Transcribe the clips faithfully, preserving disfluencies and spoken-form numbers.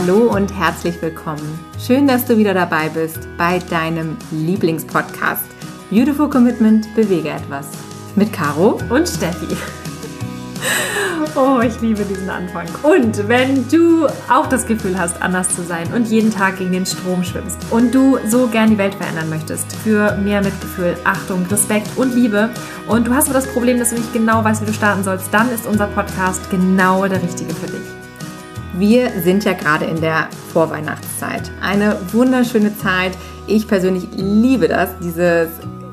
Hallo und herzlich willkommen. Schön, dass du wieder dabei bist bei deinem Lieblingspodcast Beautiful Commitment, bewege etwas. Mit Caro und Steffi. Oh, ich liebe diesen Anfang. Und wenn du auch das Gefühl hast, anders zu sein und jeden Tag gegen den Strom schwimmst und du so gern die Welt verändern möchtest, für mehr Mitgefühl, Achtung, Respekt und Liebe und du hast aber das Problem, dass du nicht genau weißt, wie du starten sollst, dann ist unser Podcast genau der richtige für dich. Wir sind ja gerade in der Vorweihnachtszeit. Eine wunderschöne Zeit. Ich persönlich liebe das, dieses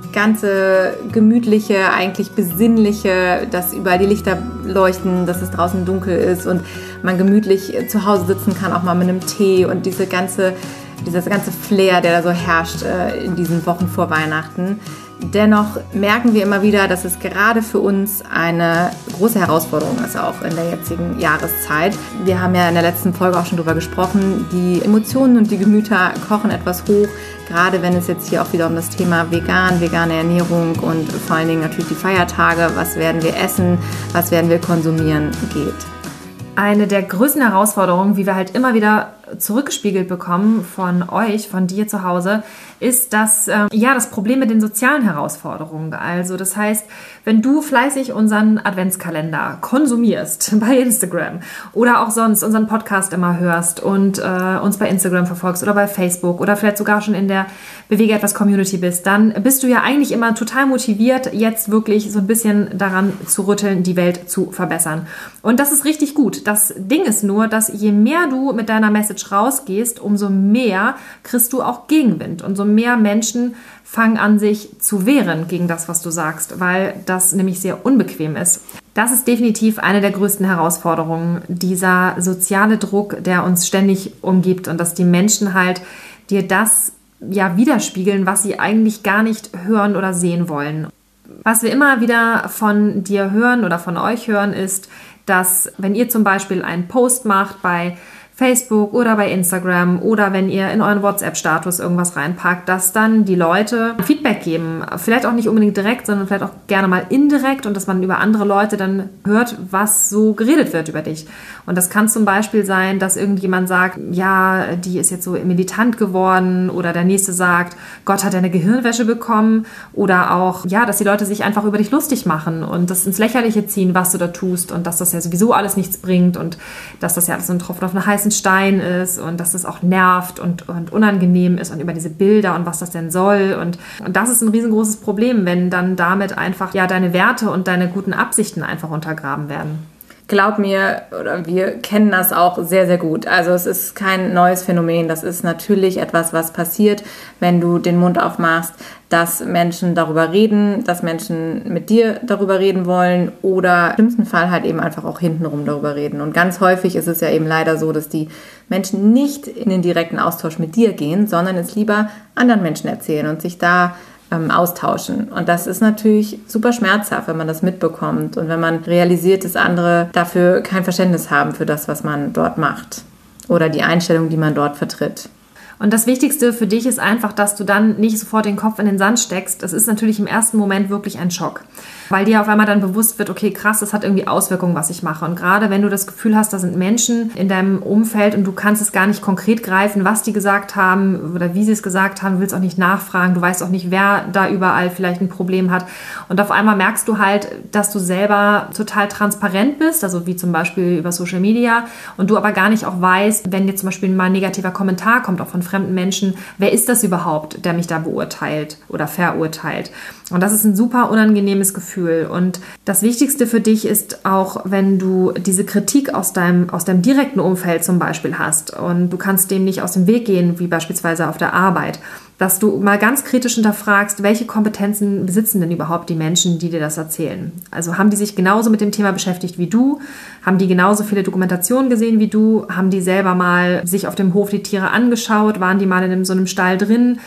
ganze gemütliche, eigentlich besinnliche, dass überall die Lichter leuchten, dass es draußen dunkel ist und man gemütlich zu Hause sitzen kann, auch mal mit einem Tee und diese ganze, dieses ganze Flair, der da so herrscht äh, in diesen Wochen vor Weihnachten. Dennoch merken wir immer wieder, dass es gerade für uns eine große Herausforderung ist, auch in der jetzigen Jahreszeit. Wir haben ja in der letzten Folge auch schon drüber gesprochen, die Emotionen und die Gemüter kochen etwas hoch, gerade wenn es jetzt hier auch wieder um das Thema vegan, vegane Ernährung und vor allen Dingen natürlich die Feiertage, was werden wir essen, was werden wir konsumieren, geht. Eine der größten Herausforderungen, wie wir halt immer wieder zurückgespiegelt bekommen von euch, von dir zu Hause, ist das, äh, ja, das Problem mit den sozialen Herausforderungen. Also das heißt, wenn du fleißig unseren Adventskalender konsumierst bei Instagram oder auch sonst unseren Podcast immer hörst und äh, uns bei Instagram verfolgst oder bei Facebook oder vielleicht sogar schon in der Bewege etwas Community bist, dann bist du ja eigentlich immer total motiviert, jetzt wirklich so ein bisschen daran zu rütteln, die Welt zu verbessern. Und das ist richtig gut. Das Ding ist nur, dass je mehr du mit deiner Message rausgehst, umso mehr kriegst du auch Gegenwind und so mehr Menschen fangen an, sich zu wehren gegen das, was du sagst, weil das nämlich sehr unbequem ist. Das ist definitiv eine der größten Herausforderungen, dieser soziale Druck, der uns ständig umgibt und dass die Menschen halt dir das ja widerspiegeln, was sie eigentlich gar nicht hören oder sehen wollen. Was wir immer wieder von dir hören oder von euch hören, ist, dass wenn ihr zum Beispiel einen Post macht bei Facebook oder bei Instagram oder wenn ihr in euren WhatsApp-Status irgendwas reinpackt, dass dann die Leute Feedback geben. Vielleicht auch nicht unbedingt direkt, sondern vielleicht auch gerne mal indirekt und dass man über andere Leute dann hört, was so geredet wird über dich. Und das kann zum Beispiel sein, dass irgendjemand sagt, ja, die ist jetzt so militant geworden oder der nächste sagt, Gott hat eine Gehirnwäsche bekommen oder auch, ja, dass die Leute sich einfach über dich lustig machen und das ins Lächerliche ziehen, was du da tust und dass das ja sowieso alles nichts bringt und dass das ja alles so ein Tropfen auf einen heißen Stein ist und dass das auch nervt und, und unangenehm ist und über diese Bilder und was das denn soll. Und, und das ist ein riesengroßes Problem, wenn dann damit einfach ja deine Werte und deine guten Absichten einfach untergraben werden. Glaub mir, oder wir kennen das auch sehr, sehr gut. Also es ist kein neues Phänomen. Das ist natürlich etwas, was passiert, wenn du den Mund aufmachst, dass Menschen darüber reden, dass Menschen mit dir darüber reden wollen oder im schlimmsten Fall halt eben einfach auch hintenrum darüber reden. Und ganz häufig ist es ja eben leider so, dass die Menschen nicht in den direkten Austausch mit dir gehen, sondern es lieber anderen Menschen erzählen und sich da austauschen. Und das ist natürlich super schmerzhaft, wenn man das mitbekommt und wenn man realisiert, dass andere dafür kein Verständnis haben für das, was man dort macht oder die Einstellung, die man dort vertritt. Und das Wichtigste für dich ist einfach, dass du dann nicht sofort den Kopf in den Sand steckst. Das ist natürlich im ersten Moment wirklich ein Schock, weil dir auf einmal dann bewusst wird, okay, krass, das hat irgendwie Auswirkungen, was ich mache. Und gerade wenn du das Gefühl hast, da sind Menschen in deinem Umfeld und du kannst es gar nicht konkret greifen, was die gesagt haben oder wie sie es gesagt haben, willst auch nicht nachfragen, du weißt auch nicht, wer da überall vielleicht ein Problem hat. Und auf einmal merkst du halt, dass du selber total transparent bist, also wie zum Beispiel über Social Media, und du aber gar nicht auch weißt, wenn dir zum Beispiel mal ein negativer Kommentar kommt, auch von fremden Menschen, wer ist das überhaupt, der mich da beurteilt oder verurteilt? Und das ist ein super unangenehmes Gefühl. Und das Wichtigste für dich ist auch, wenn du diese Kritik aus deinem, aus deinem direkten Umfeld zum Beispiel hast und du kannst dem nicht aus dem Weg gehen, wie beispielsweise auf der Arbeit, dass du mal ganz kritisch hinterfragst, welche Kompetenzen besitzen denn überhaupt die Menschen, die dir das erzählen? Also haben die sich genauso mit dem Thema beschäftigt wie du? Haben die genauso viele Dokumentationen gesehen wie du? Haben die selber mal sich auf dem Hof die Tiere angeschaut? Waren die mal in so einem Stall drin?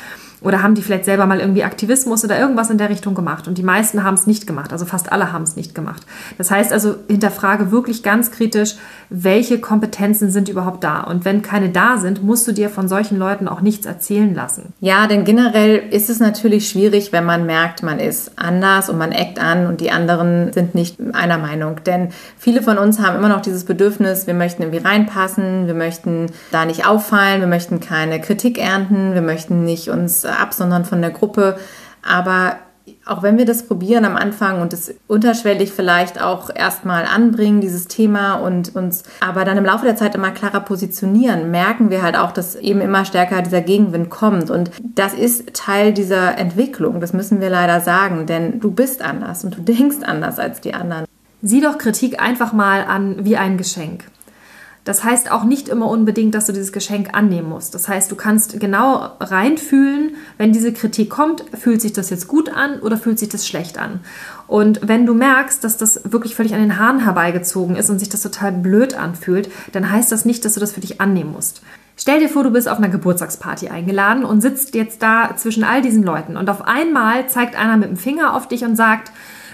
Oder haben die vielleicht selber mal irgendwie Aktivismus oder irgendwas in der Richtung gemacht? Und die meisten haben es nicht gemacht, also fast alle haben es nicht gemacht. Das heißt also, hinterfrage wirklich ganz kritisch, welche Kompetenzen sind überhaupt da? Und wenn keine da sind, musst du dir von solchen Leuten auch nichts erzählen lassen. Ja, denn generell ist es natürlich schwierig, wenn man merkt, man ist anders und man eckt an und die anderen sind nicht einer Meinung. Denn viele von uns haben immer noch dieses Bedürfnis, wir möchten irgendwie reinpassen, wir möchten da nicht auffallen, wir möchten keine Kritik ernten, wir möchten nicht uns absondern von der Gruppe. Aber auch wenn wir das probieren am Anfang und es unterschwellig vielleicht auch erstmal anbringen, dieses Thema, und uns aber dann im Laufe der Zeit immer klarer positionieren, merken wir halt auch, dass eben immer stärker dieser Gegenwind kommt. Und das ist Teil dieser Entwicklung, das müssen wir leider sagen, denn du bist anders und du denkst anders als die anderen. Sieh doch Kritik einfach mal an wie ein Geschenk. Das heißt auch nicht immer unbedingt, dass du dieses Geschenk annehmen musst. Das heißt, du kannst genau reinfühlen, wenn diese Kritik kommt, fühlt sich das jetzt gut an oder fühlt sich das schlecht an? Und wenn du merkst, dass das wirklich völlig an den Haaren herbeigezogen ist und sich das total blöd anfühlt, dann heißt das nicht, dass du das für dich annehmen musst. Stell dir vor, du bist auf einer Geburtstagsparty eingeladen und sitzt jetzt da zwischen all diesen Leuten und auf einmal zeigt einer mit dem Finger auf dich und sagt: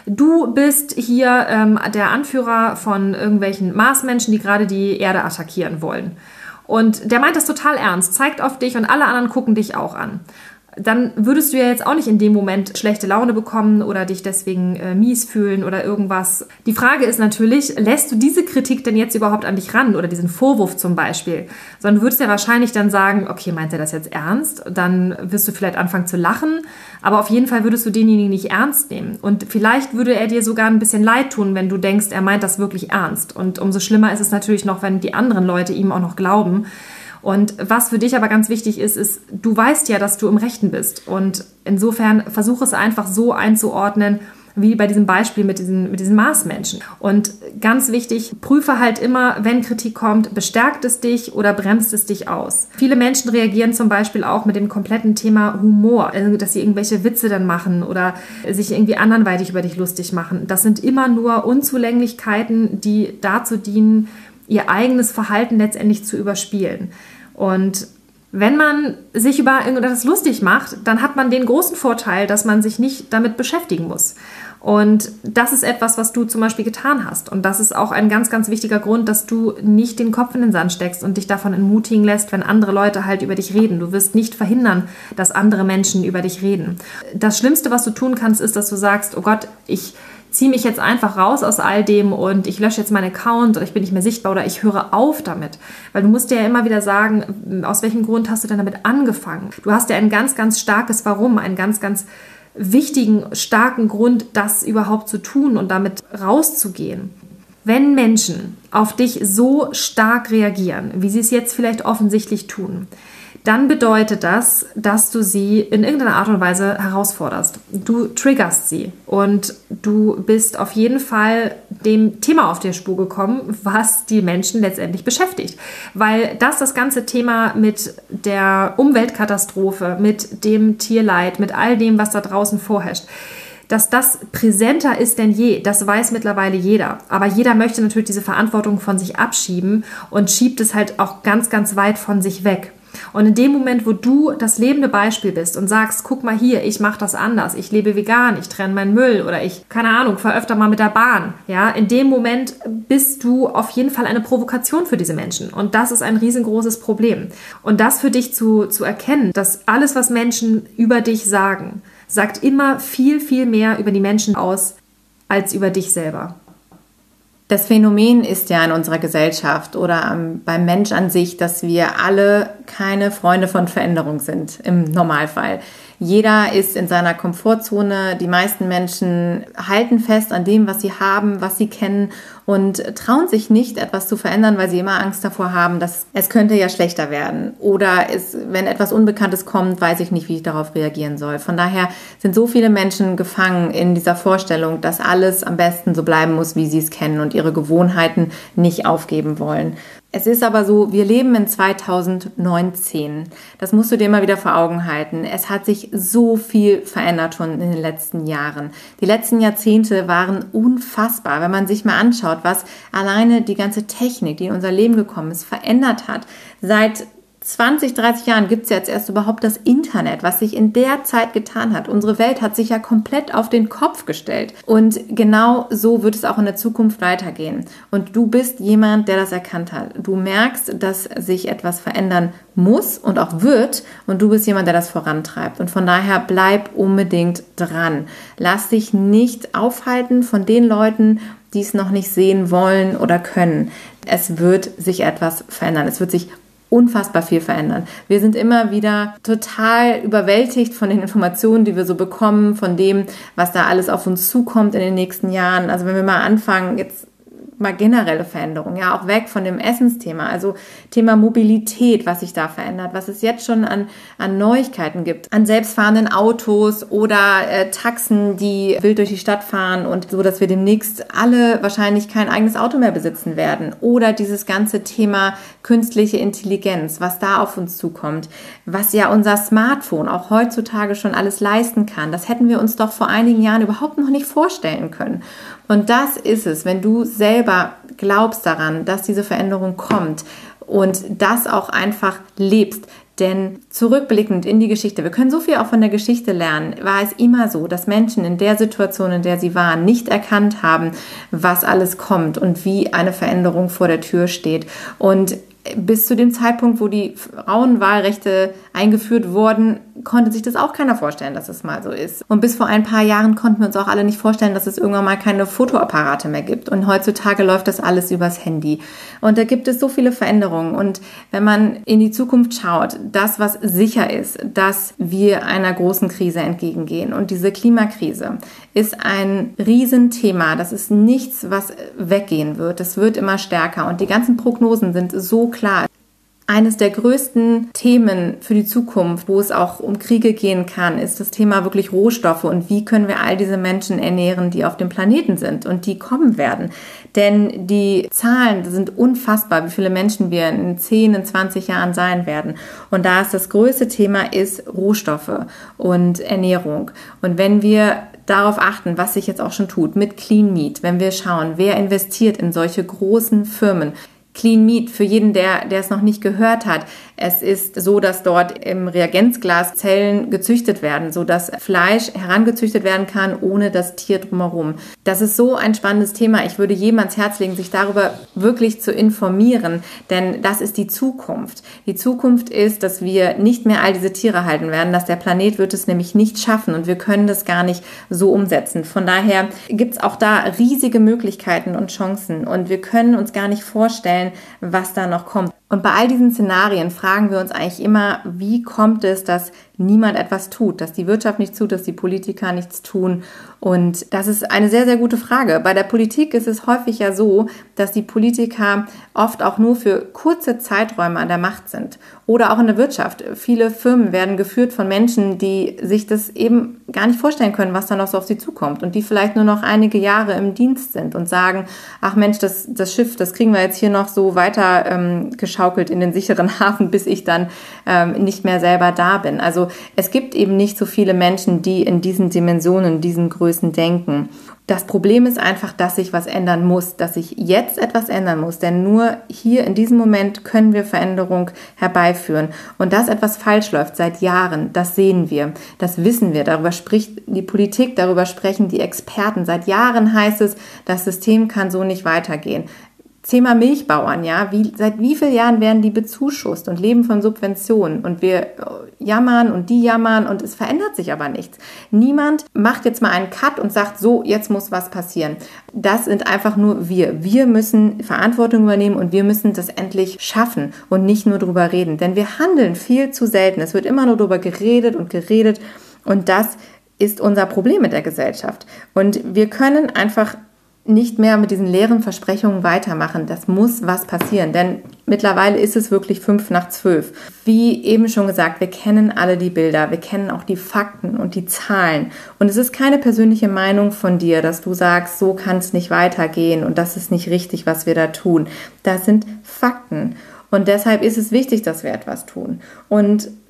Du bist hier ähm, der Anführer von irgendwelchen Marsmenschen, die gerade die Erde attackieren wollen. Und der meint das total ernst, zeigt auf dich und alle anderen gucken dich auch an. Dann würdest du ja jetzt auch nicht in dem Moment schlechte Laune bekommen oder dich deswegen äh, mies fühlen oder irgendwas. Die Frage ist natürlich, lässt du diese Kritik denn jetzt überhaupt an dich ran oder diesen Vorwurf zum Beispiel? Sondern du würdest ja wahrscheinlich dann sagen, okay, meint er das jetzt ernst? Dann wirst du vielleicht anfangen zu lachen, aber auf jeden Fall würdest du denjenigen nicht ernst nehmen. Und vielleicht würde er dir sogar ein bisschen leid tun, wenn du denkst, er meint das wirklich ernst. Und umso schlimmer ist es natürlich noch, wenn die anderen Leute ihm auch noch glauben. Und was für dich aber ganz wichtig ist, ist, du weißt ja, dass du im Rechten bist. Und insofern versuch es einfach so einzuordnen, wie bei diesem Beispiel mit diesen, mit diesen Marsmenschen. Und ganz wichtig, prüfe halt immer, wenn Kritik kommt, bestärkt es dich oder bremst es dich aus. Viele Menschen reagieren zum Beispiel auch mit dem kompletten Thema Humor, also dass sie irgendwelche Witze dann machen oder sich irgendwie anderweitig über dich lustig machen. Das sind immer nur Unzulänglichkeiten, die dazu dienen, ihr eigenes Verhalten letztendlich zu überspielen. Und wenn man sich über irgendetwas lustig macht, dann hat man den großen Vorteil, dass man sich nicht damit beschäftigen muss. Und das ist etwas, was du zum Beispiel getan hast. Und das ist auch ein ganz, ganz wichtiger Grund, dass du nicht den Kopf in den Sand steckst und dich davon entmutigen lässt, wenn andere Leute halt über dich reden. Du wirst nicht verhindern, dass andere Menschen über dich reden. Das Schlimmste, was du tun kannst, ist, dass du sagst, oh Gott, ich ziehe mich jetzt einfach raus aus all dem und ich lösche jetzt meinen Account oder ich bin nicht mehr sichtbar oder ich höre auf damit. Weil du musst dir ja immer wieder sagen, aus welchem Grund hast du denn damit angefangen? Du hast ja ein ganz, ganz starkes Warum, einen ganz, ganz wichtigen, starken Grund, das überhaupt zu tun und damit rauszugehen. Wenn Menschen auf dich so stark reagieren, wie sie es jetzt vielleicht offensichtlich tun, dann bedeutet das, dass du sie in irgendeiner Art und Weise herausforderst. Du triggerst sie und du bist auf jeden Fall dem Thema auf der Spur gekommen, was die Menschen letztendlich beschäftigt. Weil das das ganze Thema mit der Umweltkatastrophe, mit dem Tierleid, mit all dem, was da draußen vorherrscht, dass das präsenter ist denn je, das weiß mittlerweile jeder. Aber jeder möchte natürlich diese Verantwortung von sich abschieben und schiebt es halt auch ganz, ganz weit von sich weg. Und in dem Moment, wo du das lebende Beispiel bist und sagst, guck mal hier, ich mache das anders, ich lebe vegan, ich trenne meinen Müll oder ich, keine Ahnung, fahre öfter mal mit der Bahn, ja, in dem Moment bist du auf jeden Fall eine Provokation für diese Menschen. Und das ist ein riesengroßes Problem. Und das für dich zu, zu erkennen, dass alles, was Menschen über dich sagen, sagt immer viel, viel mehr über die Menschen aus, als über dich selber. Das Phänomen ist ja in unserer Gesellschaft oder beim Mensch an sich, dass wir alle keine Freunde von Veränderung sind, im Normalfall. Jeder ist in seiner Komfortzone. Die meisten Menschen halten fest an dem, was sie haben, was sie kennen und trauen sich nicht, etwas zu verändern, weil sie immer Angst davor haben, dass es könnte ja schlechter werden. Oder es, wenn etwas Unbekanntes kommt, weiß ich nicht, wie ich darauf reagieren soll. Von daher sind so viele Menschen gefangen in dieser Vorstellung, dass alles am besten so bleiben muss, wie sie es kennen und ihre Gewohnheiten nicht aufgeben wollen. Es ist aber so, wir leben in zweitausendneunzehn. Das musst du dir immer wieder vor Augen halten. Es hat sich so viel verändert schon in den letzten Jahren. Die letzten Jahrzehnte waren unfassbar, wenn man sich mal anschaut, was alleine die ganze Technik, die in unser Leben gekommen ist, verändert hat. Seit zwanzig, dreißig Jahren gibt es ja jetzt erst überhaupt das Internet, was sich in der Zeit getan hat. Unsere Welt hat sich ja komplett auf den Kopf gestellt. Und genau so wird es auch in der Zukunft weitergehen. Und du bist jemand, der das erkannt hat. Du merkst, dass sich etwas verändern muss und auch wird. Und du bist jemand, der das vorantreibt. Und von daher bleib unbedingt dran. Lass dich nicht aufhalten von den Leuten, die es noch nicht sehen wollen oder können. Es wird sich etwas verändern. Es wird sich unfassbar viel verändern. Wir sind immer wieder total überwältigt von den Informationen, die wir so bekommen, von dem, was da alles auf uns zukommt in den nächsten Jahren. Also wenn wir mal anfangen, jetzt mal generelle Veränderungen, ja, auch weg von dem Essensthema, also Thema Mobilität, was sich da verändert, was es jetzt schon an, an Neuigkeiten gibt, an selbstfahrenden Autos oder äh, Taxen, die wild durch die Stadt fahren und so, dass wir demnächst alle wahrscheinlich kein eigenes Auto mehr besitzen werden, oder dieses ganze Thema künstliche Intelligenz, was da auf uns zukommt, was ja unser Smartphone auch heutzutage schon alles leisten kann. Das hätten wir uns doch vor einigen Jahren überhaupt noch nicht vorstellen können. Und das ist es, wenn du selber glaubst daran, dass diese Veränderung kommt und das auch einfach lebst. Denn zurückblickend in die Geschichte, wir können so viel auch von der Geschichte lernen, war es immer so, dass Menschen in der Situation, in der sie waren, nicht erkannt haben, was alles kommt und wie eine Veränderung vor der Tür steht. Und bis zu dem Zeitpunkt, wo die Frauenwahlrechte eingeführt wurden, konnte sich das auch keiner vorstellen, dass es mal so ist. Und bis vor ein paar Jahren konnten wir uns auch alle nicht vorstellen, dass es irgendwann mal keine Fotoapparate mehr gibt. Und heutzutage läuft das alles übers Handy. Und da gibt es so viele Veränderungen. Und wenn man in die Zukunft schaut, das, was sicher ist, dass wir einer großen Krise entgegengehen. Und diese Klimakrise ist ein Riesenthema. Das ist nichts, was weggehen wird. Das wird immer stärker. Und die ganzen Prognosen sind so klar. Eines der größten Themen für die Zukunft, wo es auch um Kriege gehen kann, ist das Thema wirklich Rohstoffe und wie können wir all diese Menschen ernähren, die auf dem Planeten sind und die kommen werden. Denn die Zahlen sind unfassbar, wie viele Menschen wir in zehn, in zwanzig Jahren sein werden. Und da ist das größte Thema ist Rohstoffe und Ernährung. Und wenn wir darauf achten, was sich jetzt auch schon tut mit Clean Meat, wenn wir schauen, wer investiert in solche großen Firmen, Clean Meat, für jeden, der, der es noch nicht gehört hat. Es ist so, dass dort im Reagenzglas Zellen gezüchtet werden, sodass Fleisch herangezüchtet werden kann, ohne das Tier drumherum. Das ist so ein spannendes Thema. Ich würde jedem ans Herz legen, sich darüber wirklich zu informieren, denn das ist die Zukunft. Die Zukunft ist, dass wir nicht mehr all diese Tiere halten werden, dass der Planet wird es nämlich nicht schaffen und wir können das gar nicht so umsetzen. Von daher gibt es auch da riesige Möglichkeiten und Chancen und wir können uns gar nicht vorstellen, was da noch kommt. Und bei all diesen Szenarien fragen wir uns eigentlich immer, wie kommt es, dass niemand etwas tut, dass die Wirtschaft nichts tut, dass die Politiker nichts tun? Und das ist eine sehr, sehr gute Frage. Bei der Politik ist es häufig ja so, dass die Politiker oft auch nur für kurze Zeiträume an der Macht sind. Oder auch in der Wirtschaft. Viele Firmen werden geführt von Menschen, die sich das eben gar nicht vorstellen können, was da noch so auf sie zukommt. Und die vielleicht nur noch einige Jahre im Dienst sind und sagen, ach Mensch, das, das Schiff, das kriegen wir jetzt hier noch so weiter ähm, geschaukelt in den sicheren Hafen, bis ich dann ähm, nicht mehr selber da bin. Also es gibt eben nicht so viele Menschen, die in diesen Dimensionen, diesen Größen denken. Das Problem ist einfach, dass sich was ändern muss, dass sich jetzt etwas ändern muss, denn nur hier in diesem Moment können wir Veränderung herbeiführen. Und dass etwas falsch läuft seit Jahren, das sehen wir, das wissen wir, darüber spricht die Politik, darüber sprechen die Experten. Seit Jahren heißt es, das System kann so nicht weitergehen. Thema Milchbauern, ja, wie, seit wie vielen Jahren werden die bezuschusst und leben von Subventionen und wir jammern und die jammern und es verändert sich aber nichts. Niemand macht jetzt mal einen Cut und sagt, so, jetzt muss was passieren. Das sind einfach nur wir. Wir müssen Verantwortung übernehmen und wir müssen das endlich schaffen und nicht nur drüber reden, denn wir handeln viel zu selten. Es wird immer nur drüber geredet und geredet und das ist unser Problem mit der Gesellschaft. Und wir können einfach nicht mehr mit diesen leeren Versprechungen weitermachen. Das muss was passieren, denn mittlerweile ist es wirklich fünf nach zwölf. Wie eben schon gesagt, wir kennen alle die Bilder, wir kennen auch die Fakten und die Zahlen. Und es ist keine persönliche Meinung von dir, dass du sagst, so kann es nicht weitergehen und das ist nicht richtig, was wir da tun. Das sind Fakten. Und deshalb ist es wichtig, dass wir etwas tun. Und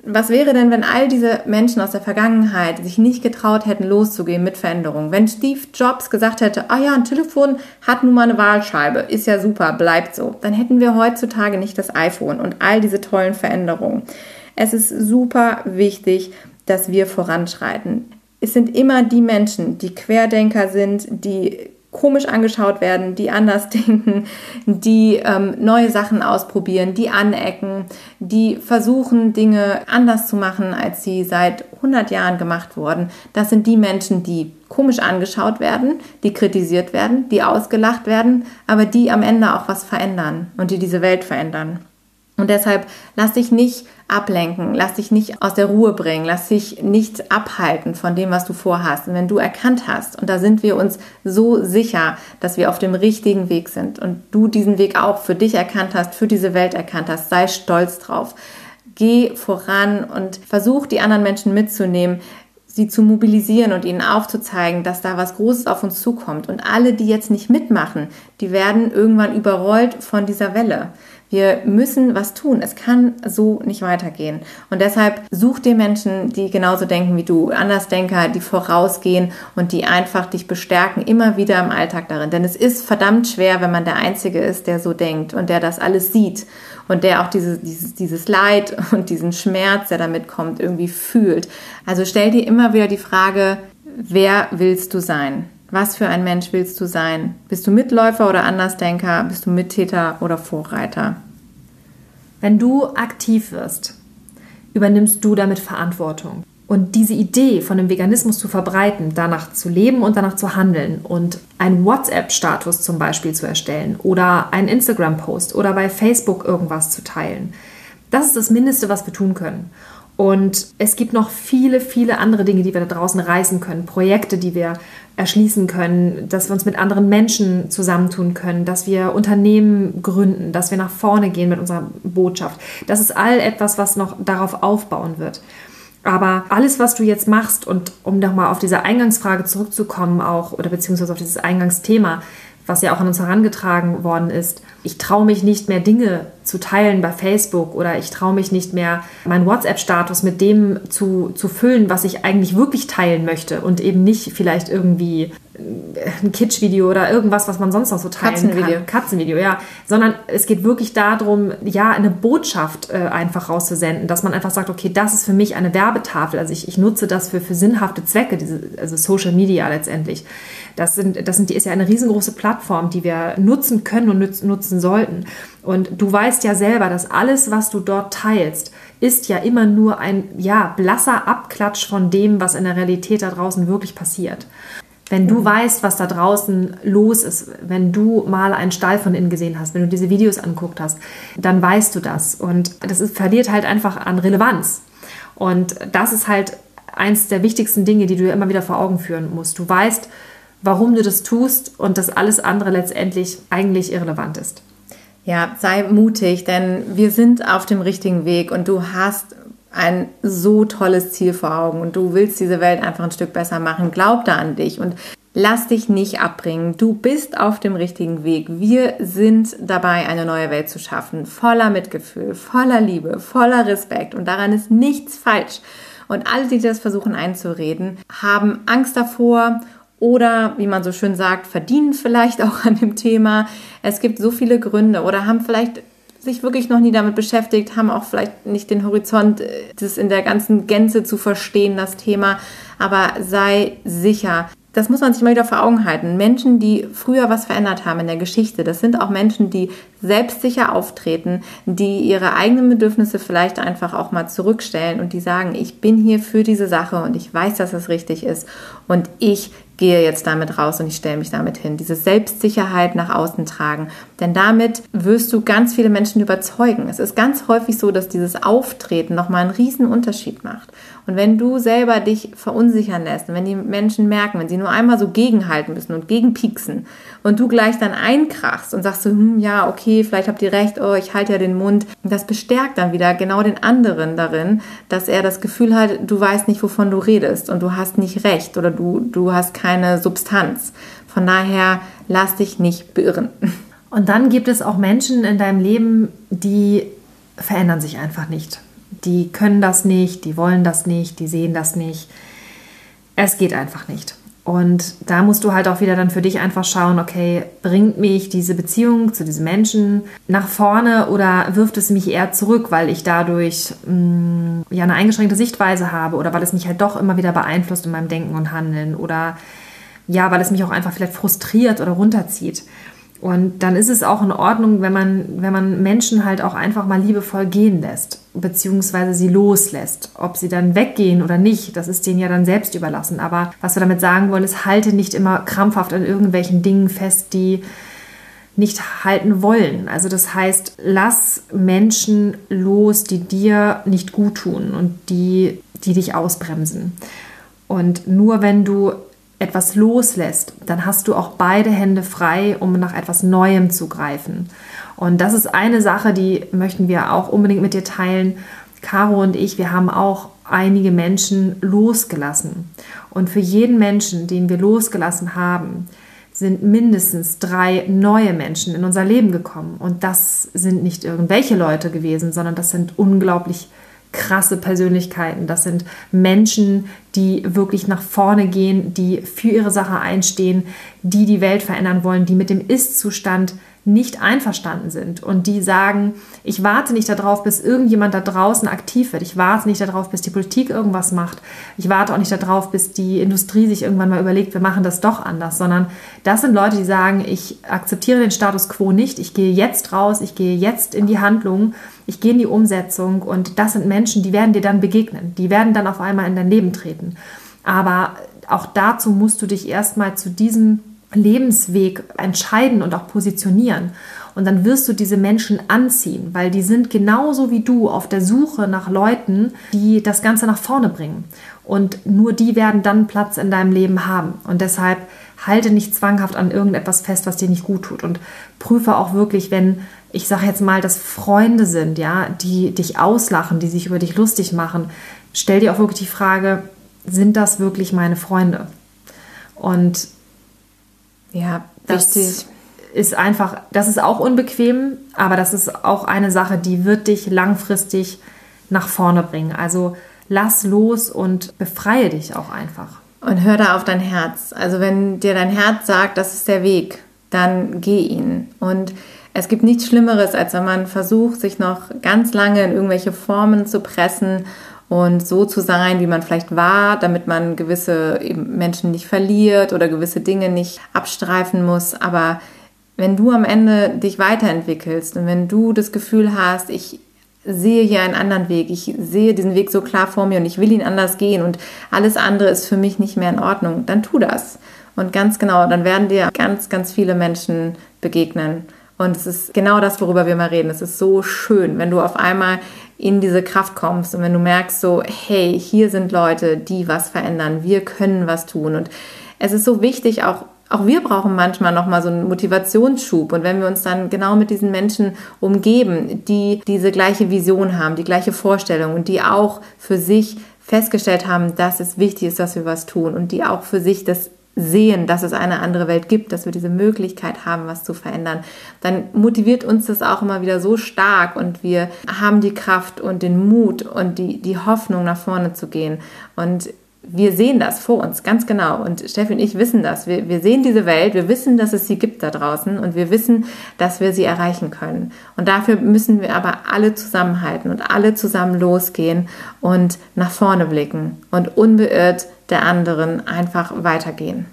Was wäre denn, wenn all diese Menschen aus der Vergangenheit sich nicht getraut hätten, loszugehen mit Veränderungen? Wenn Steve Jobs gesagt hätte, ah ja, ein Telefon hat nun mal eine Wahlscheibe, ist ja super, bleibt so. Dann hätten wir heutzutage nicht das iPhone und all diese tollen Veränderungen. Es ist super wichtig, dass wir voranschreiten. Es sind immer die Menschen, die Querdenker sind, die komisch angeschaut werden, die anders denken, die ähm, neue Sachen ausprobieren, die anecken, die versuchen, Dinge anders zu machen, als sie seit hundert Jahren gemacht wurden. Das sind die Menschen, die komisch angeschaut werden, die kritisiert werden, die ausgelacht werden, aber die am Ende auch was verändern und die diese Welt verändern. Und deshalb lass dich nicht ablenken, lass dich nicht aus der Ruhe bringen, lass dich nicht abhalten von dem, was du vorhast. Und wenn du erkannt hast, und da sind wir uns so sicher, dass wir auf dem richtigen Weg sind und du diesen Weg auch für dich erkannt hast, für diese Welt erkannt hast, sei stolz drauf. Geh voran und versuch, die anderen Menschen mitzunehmen, sie zu mobilisieren und ihnen aufzuzeigen, dass da was Großes auf uns zukommt. Und alle, die jetzt nicht mitmachen, die werden irgendwann überrollt von dieser Welle. Wir müssen was tun. Es kann so nicht weitergehen. Und deshalb such dir Menschen, die genauso denken wie du, Andersdenker, die vorausgehen und die einfach dich bestärken, immer wieder im Alltag darin. Denn es ist verdammt schwer, wenn man der Einzige ist, der so denkt und der das alles sieht und der auch dieses, dieses, dieses Leid und diesen Schmerz, der damit kommt, irgendwie fühlt. Also stell dir immer wieder die Frage, wer willst du sein? Was für ein Mensch willst du sein? Bist du Mitläufer oder Andersdenker? Bist du Mittäter oder Vorreiter? Wenn du aktiv wirst, übernimmst du damit Verantwortung. Und diese Idee von dem Veganismus zu verbreiten, danach zu leben und danach zu handeln und einen WhatsApp-Status zum Beispiel zu erstellen oder einen Instagram-Post oder bei Facebook irgendwas zu teilen, das ist das Mindeste, was wir tun können. Und es gibt noch viele, viele andere Dinge, die wir da draußen reißen können. Projekte, die wir erschließen können, dass wir uns mit anderen Menschen zusammentun können, dass wir Unternehmen gründen, dass wir nach vorne gehen mit unserer Botschaft. Das ist all etwas, was noch darauf aufbauen wird. Aber alles, was du jetzt machst, und um nochmal auf diese Eingangsfrage zurückzukommen auch, oder beziehungsweise auf dieses Eingangsthema, was ja auch an uns herangetragen worden ist, ich traue mich nicht mehr, Dinge zu teilen bei Facebook oder ich traue mich nicht mehr, meinen WhatsApp-Status mit dem zu, zu füllen, was ich eigentlich wirklich teilen möchte und eben nicht vielleicht irgendwie ein Kitsch-Video oder irgendwas, was man sonst noch so teilen Katzenvideo. kann. Katzenvideo, ja. Sondern es geht wirklich darum, ja, eine Botschaft äh, einfach rauszusenden, dass man einfach sagt, okay, das ist für mich eine Werbetafel. Also ich, ich nutze das für, für sinnhafte Zwecke, diese, also Social Media letztendlich. Das sind, das sind, die ist ja eine riesengroße Plattform, die wir nutzen können und nützen, nutzen sollten. Und du weißt ja selber, dass alles, was du dort teilst, ist ja immer nur ein, ja, blasser Abklatsch von dem, was in der Realität da draußen wirklich passiert. Wenn du weißt, was da draußen los ist, wenn du mal einen Stall von innen gesehen hast, wenn du diese Videos angeguckt hast, dann weißt du das. Und das ist, verliert halt einfach an Relevanz. Und das ist halt eins der wichtigsten Dinge, die du dir immer wieder vor Augen führen musst. Du weißt, warum du das tust und dass alles andere letztendlich eigentlich irrelevant ist. Ja, sei mutig, denn wir sind auf dem richtigen Weg und du hast ein so tolles Ziel vor Augen und du willst diese Welt einfach ein Stück besser machen. Glaub da an dich und lass dich nicht abbringen. Du bist auf dem richtigen Weg. Wir sind dabei, eine neue Welt zu schaffen, voller Mitgefühl, voller Liebe, voller Respekt und daran ist nichts falsch. Und alle, die das versuchen einzureden, haben Angst davor oder, wie man so schön sagt, verdienen vielleicht auch an dem Thema. Es gibt so viele Gründe oder haben vielleicht sich wirklich noch nie damit beschäftigt, haben auch vielleicht nicht den Horizont, das in der ganzen Gänze zu verstehen, das Thema. Aber sei sicher, das muss man sich mal wieder vor Augen halten. Menschen, die früher was verändert haben in der Geschichte, das sind auch Menschen, die selbstsicher auftreten, die ihre eigenen Bedürfnisse vielleicht einfach auch mal zurückstellen und die sagen, ich bin hier für diese Sache und ich weiß, dass es richtig ist und ich gehe jetzt damit raus und ich stelle mich damit hin. Diese Selbstsicherheit nach außen tragen. Denn damit wirst du ganz viele Menschen überzeugen. Es ist ganz häufig so, dass dieses Auftreten nochmal einen riesen Unterschied macht. Und wenn du selber dich verunsichern lässt und wenn die Menschen merken, wenn sie nur einmal so gegenhalten müssen und gegenpieksen und du gleich dann einkrachst und sagst so, hm, ja, okay, vielleicht habt ihr recht, oh, ich halte ja den Mund. Das bestärkt dann wieder genau den anderen darin, dass er das Gefühl hat, du weißt nicht, wovon du redest und du hast nicht recht oder du, du hast keine Substanz. Von daher lass dich nicht beirren. Und dann gibt es auch Menschen in deinem Leben, die verändern sich einfach nicht. die können das nicht, die wollen das nicht, die sehen das nicht. Es geht einfach nicht. Und da musst du halt auch wieder dann für dich einfach schauen, okay, bringt mich diese Beziehung zu diesem Menschen nach vorne oder wirft es mich eher zurück, weil ich dadurch mh, ja eine eingeschränkte Sichtweise habe oder weil es mich halt doch immer wieder beeinflusst in meinem Denken und Handeln oder ja, weil es mich auch einfach vielleicht frustriert oder runterzieht. Und dann ist es auch in Ordnung, wenn man, wenn man Menschen halt auch einfach mal liebevoll gehen lässt, beziehungsweise sie loslässt. Ob sie dann weggehen oder nicht, das ist denen ja dann selbst überlassen. Aber was wir damit sagen wollen, ist, halte nicht immer krampfhaft an irgendwelchen Dingen fest, die nicht halten wollen. Also das heißt, lass Menschen los, die dir nicht gut tun und die, die dich ausbremsen. Und nur wenn du etwas loslässt, dann hast du auch beide Hände frei, um nach etwas Neuem zu greifen. Und das ist eine Sache, die möchten wir auch unbedingt mit dir teilen. Caro und ich, wir haben auch einige Menschen losgelassen. Und für jeden Menschen, den wir losgelassen haben, sind mindestens drei neue Menschen in unser Leben gekommen. Und das sind nicht irgendwelche Leute gewesen, sondern das sind unglaublich krasse Persönlichkeiten. Das sind Menschen, die wirklich nach vorne gehen, die für ihre Sache einstehen, die die Welt verändern wollen, die mit dem Ist-Zustand nicht einverstanden sind und die sagen, ich warte nicht darauf, bis irgendjemand da draußen aktiv wird. Ich warte nicht darauf, bis die Politik irgendwas macht. Ich warte auch nicht darauf, bis die Industrie sich irgendwann mal überlegt, wir machen das doch anders, sondern das sind Leute, die sagen, ich akzeptiere den Status quo nicht. Ich gehe jetzt raus, ich gehe jetzt in die Handlung, ich gehe in die Umsetzung und das sind Menschen, die werden dir dann begegnen. Die werden dann auf einmal in dein Leben treten. Aber auch dazu musst du dich erstmal zu diesem Lebensweg entscheiden und auch positionieren. Und dann wirst du diese Menschen anziehen, weil die sind genauso wie du auf der Suche nach Leuten, die das Ganze nach vorne bringen. Und nur die werden dann Platz in deinem Leben haben. Und deshalb halte nicht zwanghaft an irgendetwas fest, was dir nicht gut tut. Und prüfe auch wirklich, wenn, ich sage jetzt mal, dass Freunde sind, ja, die dich auslachen, die sich über dich lustig machen, stell dir auch wirklich die Frage, sind das wirklich meine Freunde? Und ja, das richtig. ist einfach, das ist auch unbequem, aber das ist auch eine Sache, die wird dich langfristig nach vorne bringen. Also lass los und befreie dich auch einfach. Und hör da auf dein Herz. Also wenn dir dein Herz sagt, das ist der Weg, dann geh ihn. Und es gibt nichts Schlimmeres, als wenn man versucht, sich noch ganz lange in irgendwelche Formen zu pressen und so zu sein, wie man vielleicht war, damit man gewisse eben Menschen nicht verliert oder gewisse Dinge nicht abstreifen muss. Aber wenn du am Ende dich weiterentwickelst und wenn du das Gefühl hast, ich sehe hier einen anderen Weg, ich sehe diesen Weg so klar vor mir und ich will ihn anders gehen und alles andere ist für mich nicht mehr in Ordnung, dann tu das. Und ganz genau, dann werden dir ganz, ganz viele Menschen begegnen. Und es ist genau das, worüber wir mal reden. Es ist so schön, wenn du auf einmal in diese Kraft kommst und wenn du merkst so, hey, hier sind Leute, die was verändern, wir können was tun. Und es ist so wichtig, auch, auch wir brauchen manchmal nochmal so einen Motivationsschub. Und wenn wir uns dann genau mit diesen Menschen umgeben, die diese gleiche Vision haben, die gleiche Vorstellung und die auch für sich festgestellt haben, dass es wichtig ist, dass wir was tun und die auch für sich das sehen, dass es eine andere Welt gibt, dass wir diese Möglichkeit haben, was zu verändern, dann motiviert uns das auch immer wieder so stark und wir haben die Kraft und den Mut und die, die Hoffnung, nach vorne zu gehen. Und wir sehen das vor uns, ganz genau. Und Steffi und ich wissen das. Wir, wir sehen diese Welt, wir wissen, dass es sie gibt da draußen und wir wissen, dass wir sie erreichen können. Und dafür müssen wir aber alle zusammenhalten und alle zusammen losgehen und nach vorne blicken und unbeirrt der anderen einfach weitergehen.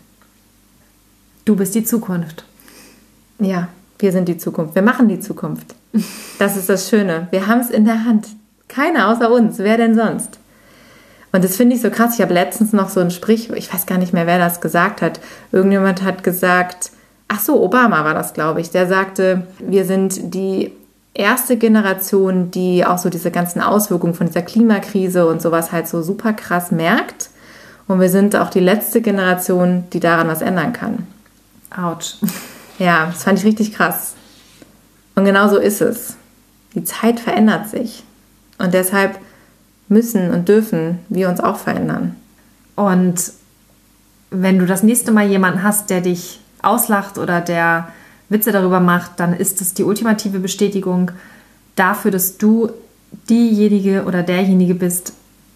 Du bist die Zukunft. Ja, wir sind die Zukunft. Wir machen die Zukunft. Das ist das Schöne. Wir haben es in der Hand. Keiner außer uns. Wer denn sonst? Und das finde ich so krass. Ich habe letztens noch so ein Sprich, ich weiß gar nicht mehr, wer das gesagt hat. Irgendjemand hat gesagt, ach so, Obama war das, glaube ich. Der sagte, wir sind die erste Generation, die auch so diese ganzen Auswirkungen von dieser Klimakrise und sowas halt so super krass merkt. Und wir sind auch die letzte Generation, die daran was ändern kann. Autsch. Ja, das fand ich richtig krass. Und genau so ist es. Die Zeit verändert sich. Und deshalb müssen und dürfen wir uns auch verändern. Und wenn du das nächste Mal jemanden hast, der dich auslacht oder der Witze darüber macht, dann ist es die ultimative Bestätigung dafür, dass du diejenige oder derjenige bist,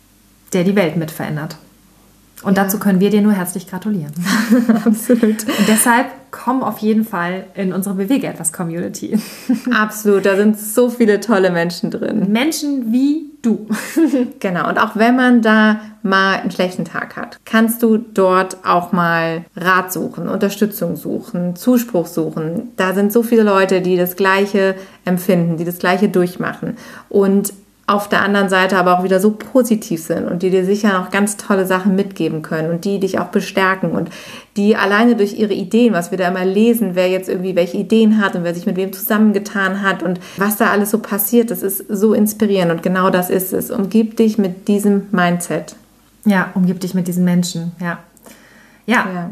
der die Welt mit verändert. Und ja. dazu können wir dir nur herzlich gratulieren. Absolut. Und deshalb komm auf jeden Fall in unsere Bewege etwas Community. Absolut, da sind so viele tolle Menschen drin. Menschen wie du. Genau, und auch wenn man da mal einen schlechten Tag hat, kannst du dort auch mal Rat suchen, Unterstützung suchen, Zuspruch suchen. Da sind so viele Leute, die das Gleiche empfinden, die das Gleiche durchmachen. Und auf der anderen Seite aber auch wieder so positiv sind und die dir sicher noch ganz tolle Sachen mitgeben können und die dich auch bestärken und die alleine durch ihre Ideen, was wir da immer lesen, wer jetzt irgendwie welche Ideen hat und wer sich mit wem zusammengetan hat und was da alles so passiert, das ist so inspirierend und genau das ist es. Umgib dich mit diesem Mindset. Ja, umgib dich mit diesen Menschen, ja. Ja, ja.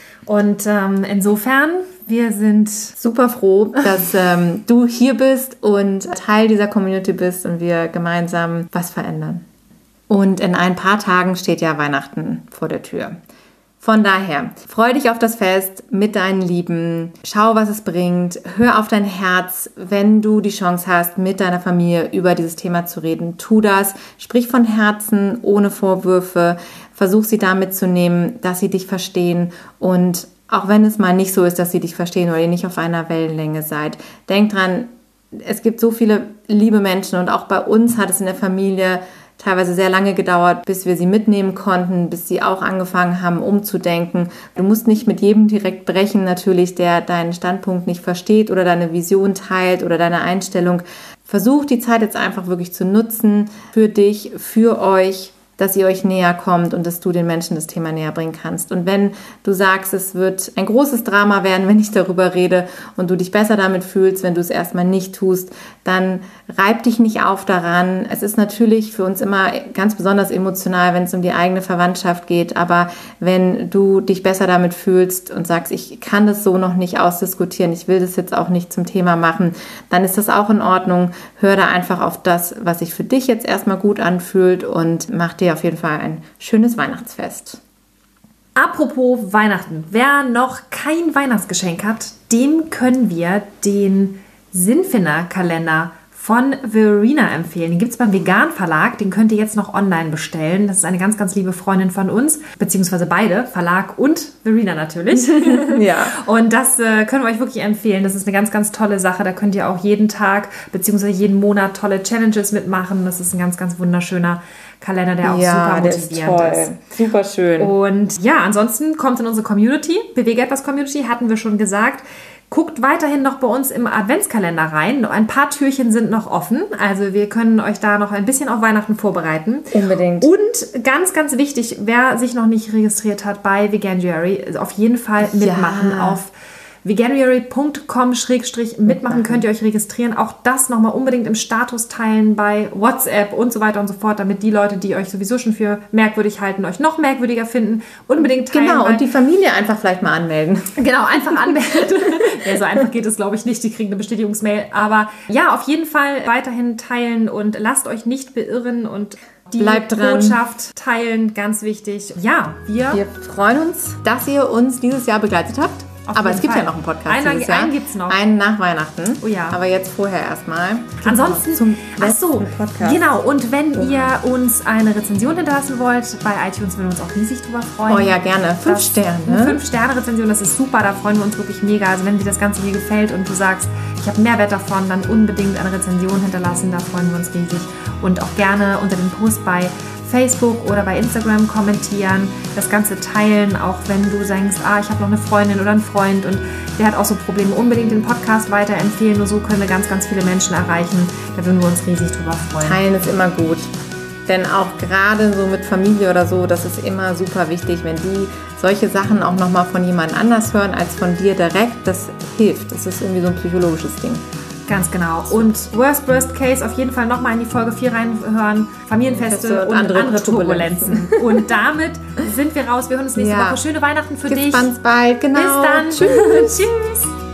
Und ähm, insofern, wir sind super froh, dass ähm, du hier bist und Teil dieser Community bist und wir gemeinsam was verändern. Und in ein paar Tagen steht ja Weihnachten vor der Tür. Von daher, freu dich auf das Fest mit deinen Lieben, schau, was es bringt, hör auf dein Herz, wenn du die Chance hast, mit deiner Familie über dieses Thema zu reden. Tu das, sprich von Herzen, ohne Vorwürfe, versuch sie da mitzunehmen, dass sie dich verstehen und auch wenn es mal nicht so ist, dass sie dich verstehen oder ihr nicht auf einer Wellenlänge seid, denk dran, es gibt so viele liebe Menschen und auch bei uns hat es in der Familie teilweise sehr lange gedauert, bis wir sie mitnehmen konnten, bis sie auch angefangen haben, umzudenken. Du musst nicht mit jedem direkt brechen, natürlich, der deinen Standpunkt nicht versteht oder deine Vision teilt oder deine Einstellung. Versuch die Zeit jetzt einfach wirklich zu nutzen für dich, für euch, dass ihr euch näher kommt und dass du den Menschen das Thema näher bringen kannst. Und wenn du sagst, es wird ein großes Drama werden, wenn ich darüber rede und du dich besser damit fühlst, wenn du es erstmal nicht tust, dann reib dich nicht auf daran. Es ist natürlich für uns immer ganz besonders emotional, wenn es um die eigene Verwandtschaft geht, aber wenn du dich besser damit fühlst und sagst, ich kann das so noch nicht ausdiskutieren, ich will das jetzt auch nicht zum Thema machen, dann ist das auch in Ordnung. Hör da einfach auf das, was sich für dich jetzt erstmal gut anfühlt und mach dir auf jeden Fall ein schönes Weihnachtsfest. Apropos Weihnachten, wer noch kein Weihnachtsgeschenk hat, dem können wir den Sinnfinder-Kalender von Verena empfehlen. Den gibt es beim Vegan Verlag, den könnt ihr jetzt noch online bestellen. Das ist eine ganz, ganz liebe Freundin von uns, beziehungsweise beide, Verlag und Verena natürlich. Ja. Und das äh, können wir euch wirklich empfehlen. Das ist eine ganz, ganz tolle Sache. Da könnt ihr auch jeden Tag, beziehungsweise jeden Monat tolle Challenges mitmachen. Das ist ein ganz, ganz wunderschöner Kalender, der auch ja, super motivierend der ist. ist. Super schön. Und ja, ansonsten kommt in unsere Community, Bewege etwas Community, hatten wir schon gesagt. Guckt weiterhin noch bei uns im Adventskalender rein. Ein paar Türchen sind noch offen. Also wir können euch da noch ein bisschen auf Weihnachten vorbereiten. Unbedingt. Und ganz, ganz wichtig, wer sich noch nicht registriert hat bei Veganuary, auf jeden Fall mitmachen ja. auf veganuary punkt com schrägstrich mitmachen könnt ihr euch registrieren. Auch das nochmal unbedingt im Status teilen bei WhatsApp und so weiter und so fort, damit die Leute, die euch sowieso schon für merkwürdig halten, euch noch merkwürdiger finden, unbedingt teilen. Genau, und die Familie einfach vielleicht mal anmelden. Genau, einfach anmelden. Ja, so einfach geht es, glaube ich, nicht. Die kriegen eine Bestätigungsmail. Aber ja, auf jeden Fall weiterhin teilen und lasst euch nicht beirren und die Bleibt dran. Botschaft teilen, ganz wichtig. Ja, wir, wir freuen uns, dass ihr uns dieses Jahr begleitet habt. Auf Aber jeden es gibt Fall. ja noch einen Podcast Einen, dieses Jahr. einen gibt's noch. Einen nach Weihnachten. Oh ja. Aber jetzt vorher erstmal. Ansonsten, zum ach so, Podcast. genau. Und wenn Oh. ihr uns eine Rezension hinterlassen wollt, bei iTunes würden wir uns auch riesig drüber freuen. Oh ja, gerne. Fünf Das- Sterne. Eine fünf-Sterne-Rezension, das ist super, da freuen wir uns wirklich mega. Also wenn dir das Ganze hier gefällt und du sagst, ich habe Mehrwert davon, dann unbedingt eine Rezension hinterlassen, da freuen wir uns riesig. Und auch gerne unter dem Post bei Facebook oder bei Instagram kommentieren, das Ganze teilen, auch wenn du denkst, ah, ich habe noch eine Freundin oder einen Freund und der hat auch so Probleme, unbedingt den Podcast weiterempfehlen, nur so können wir ganz, ganz viele Menschen erreichen, da würden wir uns riesig drüber freuen. Teilen ist immer gut. Denn auch gerade so mit Familie oder so, das ist immer super wichtig, wenn die solche Sachen auch nochmal von jemand anders hören als von dir direkt. Das hilft. Das ist irgendwie so ein psychologisches Ding. Ganz genau. Und Worst Worst Case auf jeden Fall nochmal in die Folge vier reinhören. Familienfeste Feste und andere, andere Turbulenzen. Und damit sind wir raus. Wir hören uns nächste Ja. Woche. Schöne Weihnachten für Bis dich. ganz bald. Genau. Bis dann. Tschüss. Tschüss.